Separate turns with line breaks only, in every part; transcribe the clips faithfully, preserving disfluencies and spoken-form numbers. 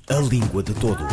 A Língua de Todos.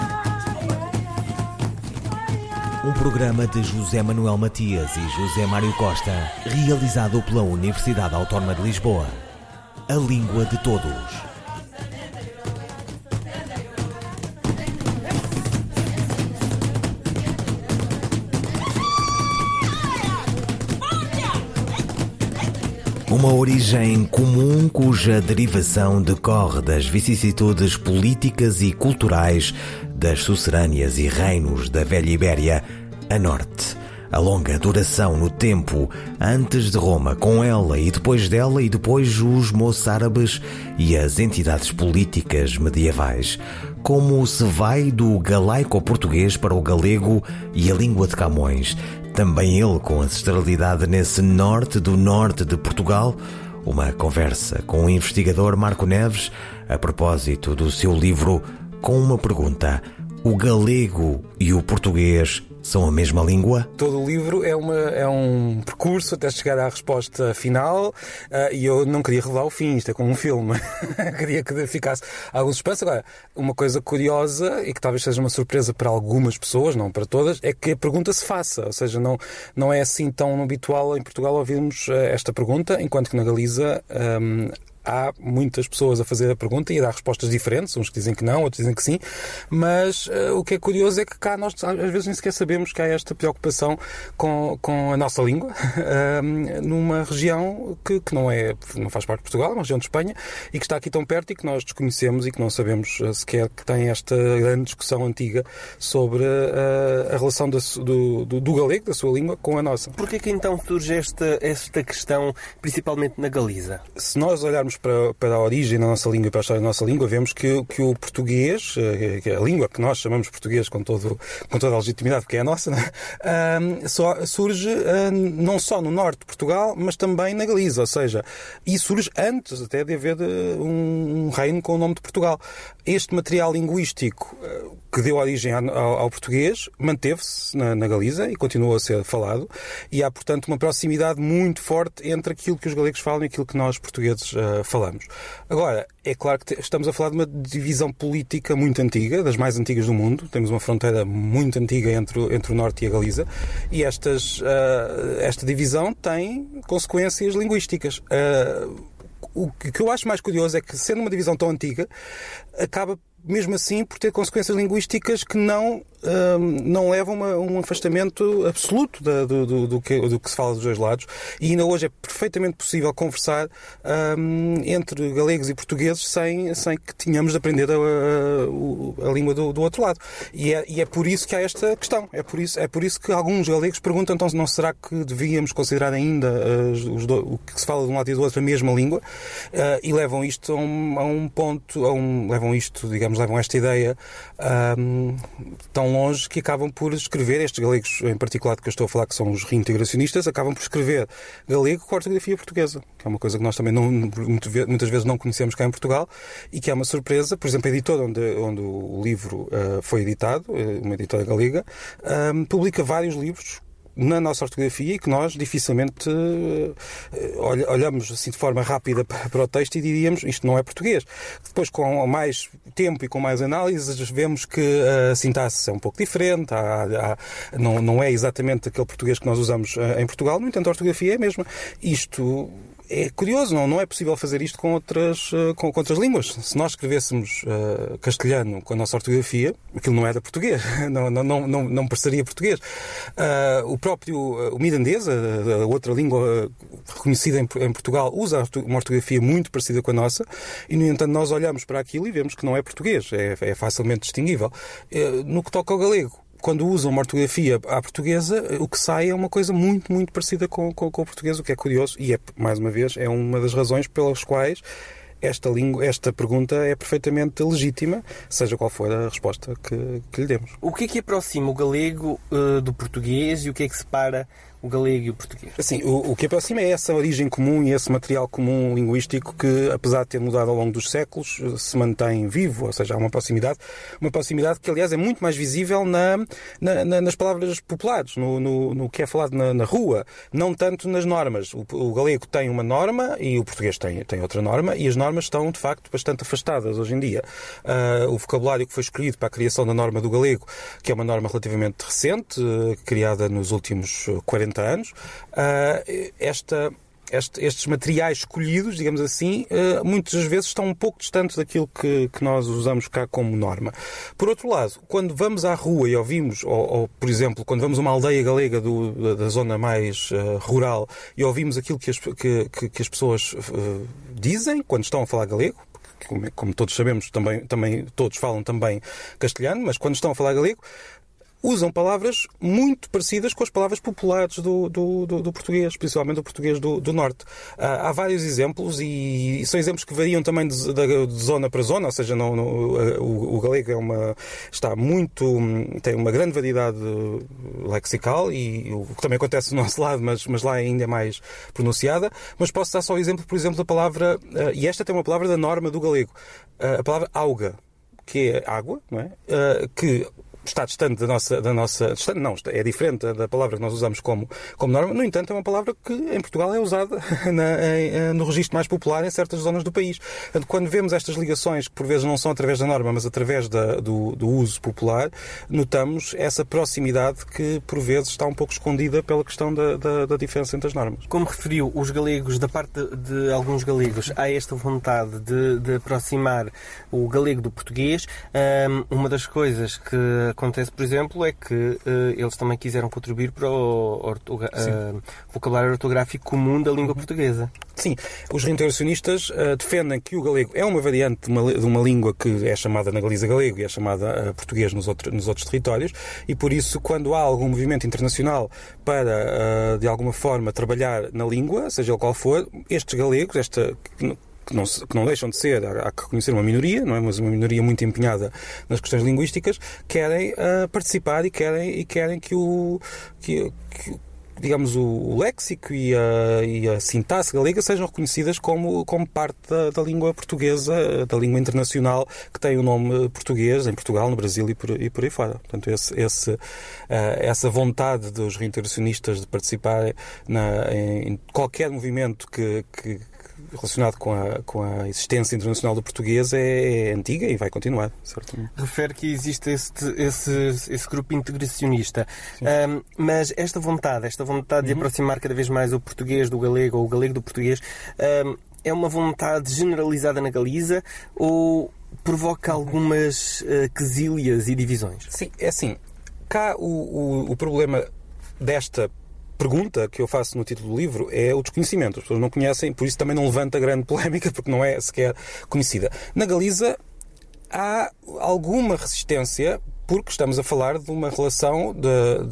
Um programa de José Manuel Matias e José Mário Costa, realizado pela Universidade Autónoma de Lisboa. A Língua de Todos. Uma origem comum cuja derivação decorre das vicissitudes políticas e culturais das sucerâneas e reinos da velha Ibéria a norte. A longa duração no tempo antes de Roma com ela e depois dela e depois os moçárabes e as entidades políticas medievais. Como se vai do galaico-português para o galego e a língua de Camões. Também ele com ancestralidade nesse norte do norte de Portugal. Uma conversa com o investigador Marco Neves a propósito do seu livro com uma pergunta: o galego e o português são a mesma língua?
Todo o livro é, uma, é um percurso até chegar à resposta final, uh, e eu não queria revelar o fim, isto é como um filme. Queria que ficasse algum suspense. Agora, uma coisa curiosa, e que talvez seja uma surpresa para algumas pessoas, não para todas, é que a pergunta se faça. Ou seja, não, não é assim tão habitual em Portugal ouvirmos uh, esta pergunta, enquanto que na Galiza Um, há muitas pessoas a fazer a pergunta e a dar respostas diferentes, uns que dizem que não, outros dizem que sim, mas uh, o que é curioso é que cá nós às vezes nem sequer sabemos que há esta preocupação com, com a nossa língua, uh, numa região que, que não, é, não faz parte de Portugal, é uma região de Espanha, e que está aqui tão perto e que nós desconhecemos e que não sabemos uh, sequer que tem esta grande discussão antiga sobre uh, a relação da, do, do, do galego, da sua língua, com a nossa.
Porquê que então surge esta, esta questão, principalmente na Galiza?
Se nós olharmos Para, para a origem da nossa língua e para a história da nossa língua, vemos que, que o português, que a língua que nós chamamos português com, todo, com toda a legitimidade, porque é a nossa, né? um, só, surge um, não só no norte de Portugal, mas também na Galiza, ou seja, e surge antes até de haver um, um reino com o nome de Portugal. Este material linguístico que deu origem ao, ao português manteve-se na, na Galiza e continua a ser falado, e há, portanto, uma proximidade muito forte entre aquilo que os galegos falam e aquilo que nós, portugueses, uh, falamos. Agora, é claro que estamos a falar de uma divisão política muito antiga, das mais antigas do mundo. Temos uma fronteira muito antiga entre o, entre o norte e a Galiza, e estas, uh, esta divisão tem consequências linguísticas. Uh, o que eu acho mais curioso é que, sendo uma divisão tão antiga, acaba mesmo assim por ter consequências linguísticas que não, um, não levam a um afastamento absoluto da, do, do, do, que, do que se fala dos dois lados, e ainda hoje é perfeitamente possível conversar um, entre galegos e portugueses sem, sem que tenhamos de aprender a, a, a língua do, do outro lado. E é, e é por isso que há esta questão. É por isso, é por isso que alguns galegos perguntam, então, não será que devíamos considerar ainda uh, os do, o que se fala de um lado e do outro a mesma língua? Uh, e levam isto a um, a um ponto, a um, levam isto, digamos, levam esta ideia um, tão longe que acabam por escrever, estes galegos em particular de que eu estou a falar, que são os reintegracionistas, acabam por escrever galego com ortografia portuguesa, que é uma coisa que nós também não, muitas vezes não conhecemos cá em Portugal, e que é uma surpresa. Por exemplo, a editora onde, onde o livro uh, foi editado, uma editora galega, um, publica vários livros na nossa ortografia e que nós dificilmente uh, olhamos assim de forma rápida para o texto e diríamos isto não é português. Depois, com mais tempo e com mais análises, vemos que a sintaxe é um pouco diferente, há, há, não, não é exatamente aquele português que nós usamos uh, em Portugal, no entanto a ortografia é a mesma. Isto é curioso, não, não é possível fazer isto com outras, uh, com, com outras línguas. Se nós escrevêssemos uh, castelhano com a nossa ortografia, aquilo não era português, não, não, não, não, não pareceria português. Uh, o próprio uh, o mirandês, a, a outra língua uh, reconhecida em, em Portugal, usa uma ortografia muito parecida com a nossa, e no entanto nós olhamos para aquilo e vemos que não é português, é, é facilmente distinguível. Uh, no que toca ao galego, quando usam uma ortografia à portuguesa, o que sai é uma coisa muito, muito parecida com, com, com o português, o que é curioso, e é, mais uma vez, é uma das razões pelas quais esta, língua, esta pergunta é perfeitamente legítima, seja qual for a resposta que, que lhe demos.
O que é que aproxima o galego uh, do português e o que é que separa o galego e o português?
Assim, o, o que aproxima é essa origem comum e esse material comum linguístico que, apesar de ter mudado ao longo dos séculos, se mantém vivo, ou seja, há uma proximidade, uma proximidade que, aliás, é muito mais visível na, na, na, nas palavras populares, no, no, no que é falado na, na rua, não tanto nas normas. O, o galego tem uma norma e o português tem, tem outra norma, e as normas estão, de facto, bastante afastadas hoje em dia. Uh, o vocabulário que foi escolhido para a criação da norma do galego, que é uma norma relativamente recente, uh, criada nos últimos quarenta anos, uh, esta, este, estes materiais escolhidos, digamos assim, uh, muitas vezes estão um pouco distantes daquilo que, que nós usamos cá como norma. Por outro lado, quando vamos à rua e ouvimos, ou, ou por exemplo, quando vamos a uma aldeia galega do, da, da zona mais uh, rural e ouvimos aquilo que as, que, que, que as pessoas uh, dizem quando estão a falar galego, como, como todos sabemos, também, também, todos falam também castelhano, mas quando estão a falar galego, usam palavras muito parecidas com as palavras populares do, do, do, do português, principalmente do português do, do Norte. Uh, há vários exemplos e, e são exemplos que variam também de, de, de zona para zona, ou seja, não, não, o, o galego é uma, está muito, tem uma grande variedade lexical e o que também acontece do nosso lado, mas, mas lá ainda é mais pronunciada. Mas posso dar só o exemplo, por exemplo, da palavra, uh, e esta tem uma palavra da norma do galego, uh, a palavra auga, que é água, não é? Uh, que está distante da nossa... Da nossa distante, não, é diferente da palavra que nós usamos como, como norma. No entanto, é uma palavra que em Portugal é usada na, em, no registro mais popular em certas zonas do país. Portanto, quando vemos estas ligações, que por vezes não são através da norma, mas através da, do, do uso popular, notamos essa proximidade que, por vezes, está um pouco escondida pela questão da, da, da diferença entre as normas.
Como referiu, os galegos, da parte de, de alguns galegos, há esta vontade de, de aproximar o galego do português. Um, uma das coisas que acontece, por exemplo, é que uh, eles também quiseram contribuir para o ortogra- uh, vocabulário ortográfico comum da língua portuguesa.
Sim, os reintegracionistas uh, defendem que o galego é uma variante de uma, de uma língua que é chamada na Galiza galego e é chamada uh, português nos, outro, nos outros territórios, e por isso, quando há algum movimento internacional para, uh, de alguma forma, trabalhar na língua, seja ele qual for, estes galegos, esta... Que não, que não deixam de ser, há que reconhecer uma minoria, não é? Mas uma minoria muito empenhada nas questões linguísticas, querem uh, participar e querem, e querem que o, que, que, digamos, o léxico e a, e a sintaxe galega sejam reconhecidas como, como parte da, da língua portuguesa, da língua internacional, que tem o nome português em Portugal, no Brasil e por, e por aí fora. Portanto, esse, esse, uh, essa vontade dos reintegracionistas de participar na, em, em qualquer movimento que, que relacionado com a, com a existência internacional do português é, é antiga e vai continuar, certamente.
Refere que existe este, esse, esse grupo integracionista. Um, mas esta vontade, esta vontade uhum. de aproximar cada vez mais o português do galego ou o galego do português, um, é uma vontade generalizada na Galiza ou provoca algumas uh, quesílias e divisões?
Sim, é assim. Cá o, o, o problema desta pergunta que eu faço no título do livro é o desconhecimento. As pessoas não conhecem, por isso também não levanta grande polémica, porque não é sequer conhecida. Na Galiza há alguma resistência, porque estamos a falar de uma relação de,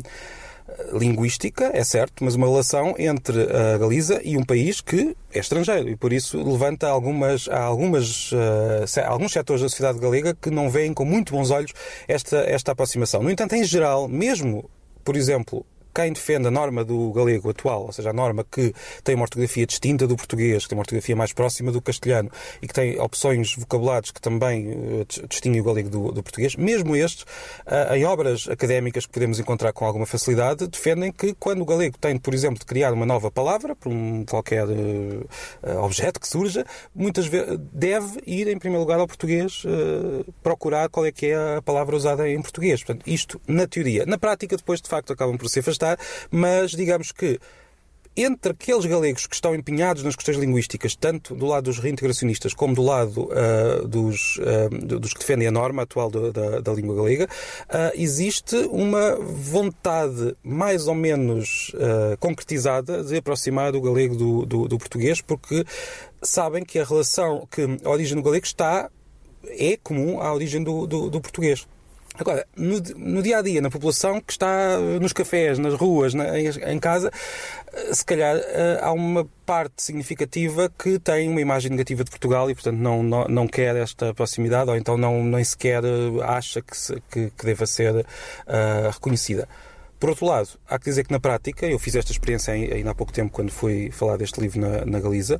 de linguística, é certo, mas uma relação entre a Galiza e um país que é estrangeiro e por isso levanta algumas, há algumas, uh, alguns setores da sociedade galega que não veem com muito bons olhos esta, esta aproximação. No entanto, em geral, mesmo, por exemplo, quem defende a norma do galego atual, ou seja, a norma que tem uma ortografia distinta do português, que tem uma ortografia mais próxima do castelhano e que tem opções vocabulares que também uh, distinguem o galego do, do português, mesmo estes, uh, em obras académicas que podemos encontrar com alguma facilidade, defendem que quando o galego tem, por exemplo, de criar uma nova palavra para um qualquer uh, objeto que surja, muitas vezes deve ir, em primeiro lugar, ao português uh, procurar qual é que é a palavra usada em português. Portanto, isto na teoria. Na prática, depois, de facto, acabam por se afastar. Mas digamos que entre aqueles galegos que estão empenhados nas questões linguísticas, tanto do lado dos reintegracionistas como do lado uh, dos, uh, dos que defendem a norma atual do, da, da língua galega, uh, existe uma vontade mais ou menos uh, concretizada de aproximar o galego do, do, do português, porque sabem que a relação, que a origem do galego está, é comum à origem do, do, do português. Agora, no, no dia-a-dia, na população que está nos cafés, nas ruas, na, em, em casa, se calhar há uma parte significativa que tem uma imagem negativa de Portugal e, portanto, não, não, não quer esta proximidade ou então não, nem sequer acha que, se, que, que deva ser uh, reconhecida. Por outro lado, há que dizer que na prática, eu fiz esta experiência ainda há pouco tempo quando fui falar deste livro na, na Galiza,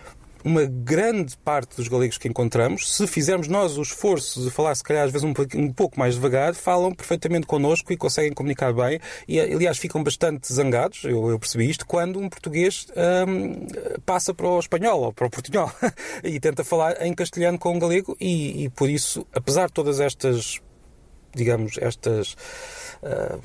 uma grande parte dos galegos que encontramos, se fizermos nós o esforço de falar, se calhar às vezes um, um pouco mais devagar, falam perfeitamente connosco e conseguem comunicar bem e, aliás, ficam bastante zangados, eu, eu percebi isto, quando um português hum, passa para o espanhol ou para o portunhol e tenta falar em castelhano com um galego e, e por isso, apesar de todas estas, digamos, estas, uh,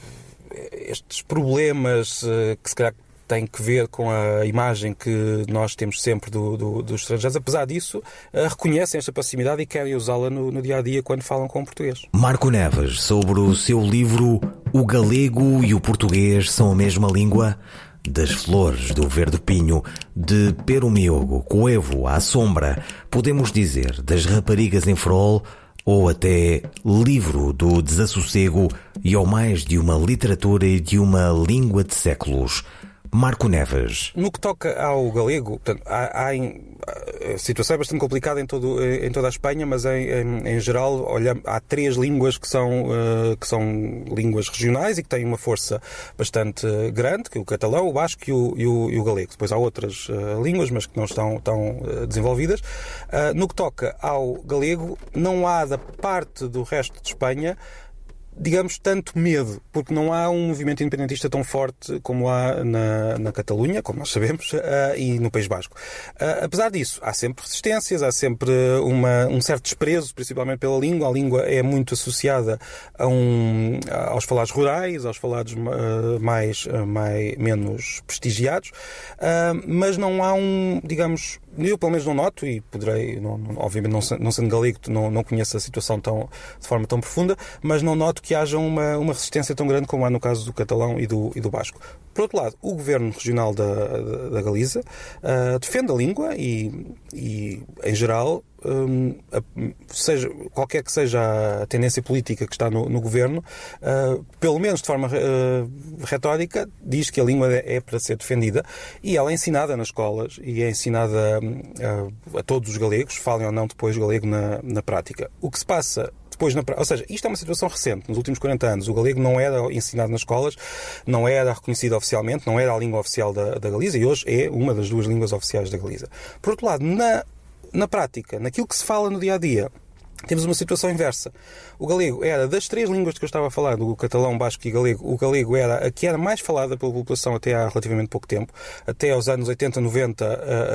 estes problemas uh, que se calhar tem que ver com a imagem que nós temos sempre do, do, dos estrangeiros. Apesar disso, reconhecem esta proximidade e querem usá-la no, no dia-a-dia quando falam com o português.
Marco Neves, sobre o seu livro O Galego e o Português são a mesma língua? Das flores do Verde Pinho, de Pero Miogo, Coevo à Sombra, podemos dizer das raparigas em Ferrol, ou até livro do desassossego e ao mais de uma literatura e de uma língua de séculos. Marco Neves.
No que toca ao galego, portanto, há, há em, a situação é bastante complicada em, todo, em toda a Espanha, mas em, em, em geral olha, há três línguas que são, uh, que são línguas regionais e que têm uma força bastante grande, que é o catalão, o basco e o, e o, e o galego. Depois há outras uh, línguas, mas que não estão tão uh, desenvolvidas. Uh, no que toca ao galego, não há da parte do resto de Espanha, digamos, tanto medo, porque não há um movimento independentista tão forte como há na, na Catalunha, como nós sabemos, uh, e no País Basco. Uh, apesar disso, há sempre resistências, há sempre uma, um certo desprezo, principalmente pela língua. A língua é muito associada a um, aos falados rurais, aos falados uh, mais, uh, mais, menos prestigiados, uh, mas não há um, digamos, eu pelo menos não noto, e poderei, não, não, obviamente não, não sendo galego, não, não conheço a situação tão, de forma tão profunda, mas não noto que haja uma, uma resistência tão grande como há no caso do catalão e do, e do basco. Por outro lado, o governo regional da, da, da Galiza uh, defende a língua e, e em geral, um, a, seja, qualquer que seja a tendência política que está no, no governo, uh, pelo menos de forma uh, retórica, diz que a língua é, é para ser defendida e ela é ensinada nas escolas e é ensinada uh, a todos os galegos, falem ou não depois galego na, na prática. O que se passa depois na, ou seja, isto é uma situação recente. Nos últimos quarenta anos, o galego não era ensinado nas escolas, não era reconhecido oficialmente, não era a língua oficial da, da Galiza e hoje é uma das duas línguas oficiais da Galiza. Por outro lado, na, na prática, naquilo que se fala no dia-a-dia, temos uma situação inversa. O galego era, das três línguas de que eu estava a falar, do catalão, basco e galego, o galego era a que era mais falada pela população até há relativamente pouco tempo. Até aos anos oitenta, noventa,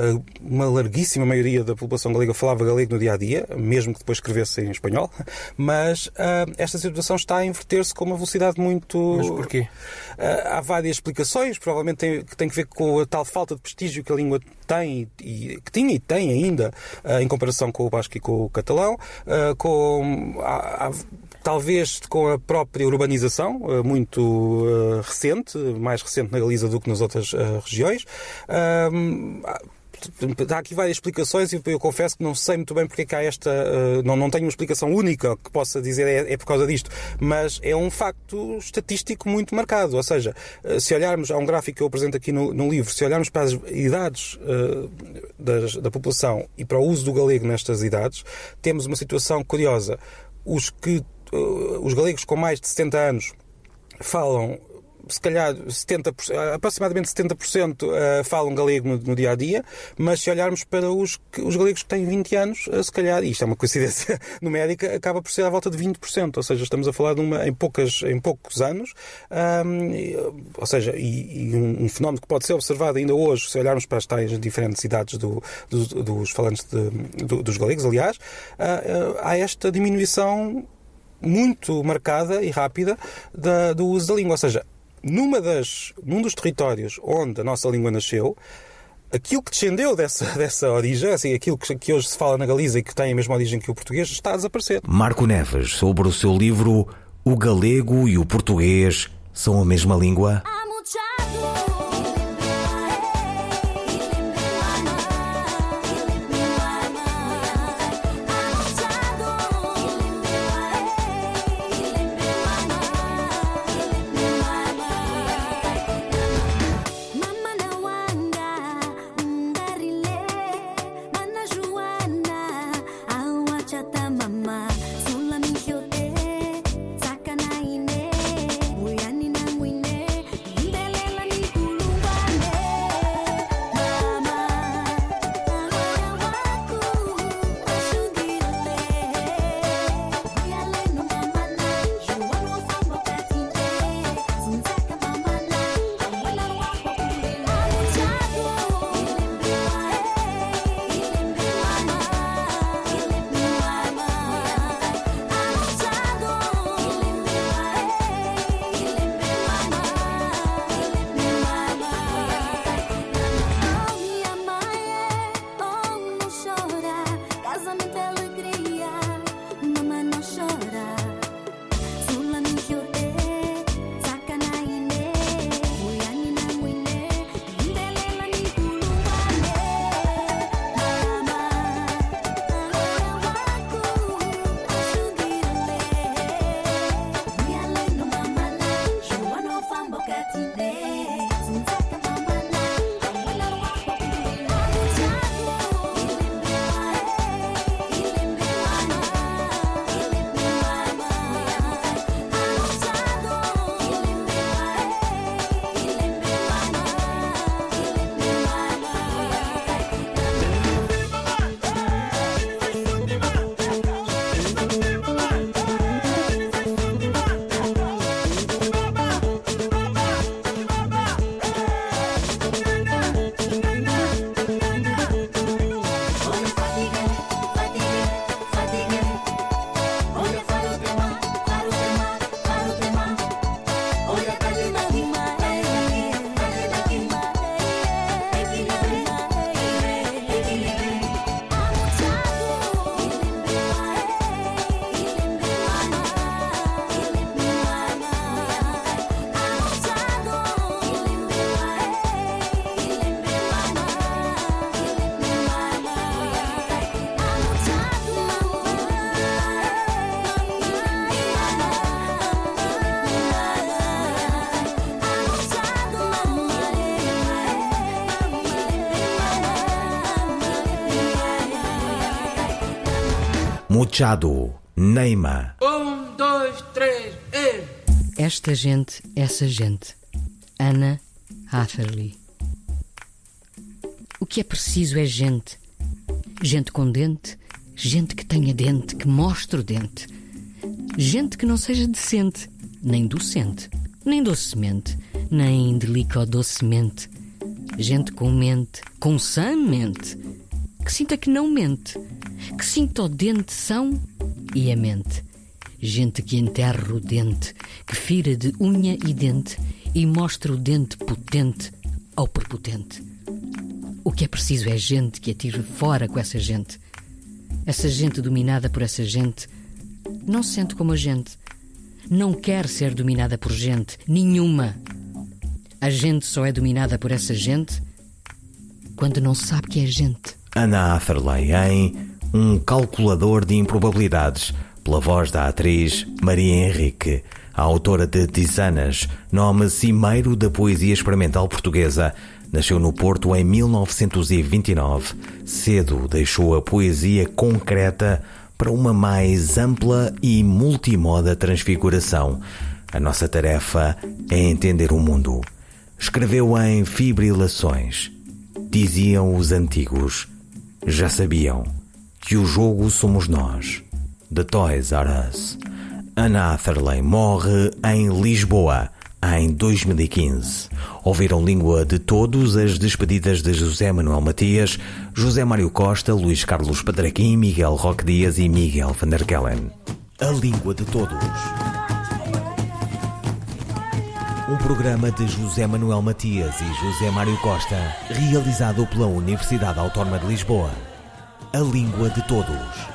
uma larguíssima maioria da população galega falava galego no dia-a-dia, mesmo que depois escrevesse em espanhol. Mas uh, esta situação está a inverter-se com uma velocidade muito...
Mas porquê?
Uh, há várias explicações, provavelmente tem, que tem que ver com a tal falta de prestígio que a língua tem, e, que tinha e tem ainda, uh, em comparação com o basco e com o catalão. Uh, com, há, há, talvez com a própria urbanização uh, muito uh, recente, mais recente na Galiza do que nas outras uh, regiões. Uh, Há aqui várias explicações e eu confesso que não sei muito bem porque é que há esta... Uh, não, não tenho uma explicação única que possa dizer é, é por causa disto, mas é um facto estatístico muito marcado. Ou seja, uh, se olharmos, há um gráfico que eu apresento aqui no, no livro, se olharmos para as idades uh, das, da população e para o uso do galego nestas idades, temos uma situação curiosa. Os, que, uh, os galegos com mais de setenta anos falam... se calhar setenta por cento, aproximadamente setenta por cento uh, falam galego no, no dia-a-dia, mas se olharmos para os, os galegos que têm vinte anos, uh, se calhar, e isto é uma coincidência numérica, acaba por ser à volta de vinte por cento, ou seja, estamos a falar de uma, em, poucas, em poucos anos, um, e, ou seja, e, e um, um fenómeno que pode ser observado ainda hoje, se olharmos para as tais diferentes idades do, do, dos falantes de, do, dos galegos, aliás, uh, uh, há esta diminuição muito marcada e rápida da, do uso da língua, ou seja, Numa das, num dos territórios onde a nossa língua nasceu, aquilo que descendeu dessa, dessa origem, assim, aquilo que, que hoje se fala na Galiza e que tem a mesma origem que o português, está a desaparecer.
Marco Neves, sobre o seu livro O Galego e o Português são a mesma língua?
Mama,
Muchado, Neima.
Um, dois, três, e...
Esta gente, essa gente. Anna Hatherley. O que é preciso é gente. Gente com dente, gente que tenha dente, que mostre o dente. Gente que não seja decente, nem docente, nem docemente, nem delicadocemente. Gente com mente, com sã mente, que sinta que não mente, que sinta o dente são e a mente. Gente que enterra o dente, que fira de unha e dente e mostra o dente potente ao prepotente. O que é preciso é gente que atire fora com essa gente. Essa gente dominada por essa gente não se sente como a gente. Não quer ser dominada por gente nenhuma. A gente só é dominada por essa gente quando não sabe que é gente.
Anna Hatherley em Um Calculador de Improbabilidades, pela voz da atriz Maria Henrique, a autora de Tisanas, nome cimeiro da poesia experimental portuguesa. Nasceu no Porto em mil novecentos e vinte e nove. Cedo deixou a poesia concreta para uma mais ampla e multimoda transfiguração. A nossa tarefa é entender o mundo. Escreveu em fibrilações. Diziam os antigos, já sabiam, que o jogo somos nós. The Toys Are Us. Anna Hatherley morre em Lisboa em dois mil e quinze. Ouviram Língua de Todos as despedidas de José Manuel Matias, José Mário Costa, Luís Carlos Padraquim, Miguel Roque Dias e Miguel van der Kellen. A Língua de Todos. Um programa de José Manuel Matias e José Mário Costa, realizado pela Universidade Autónoma de Lisboa. A Língua de Todos.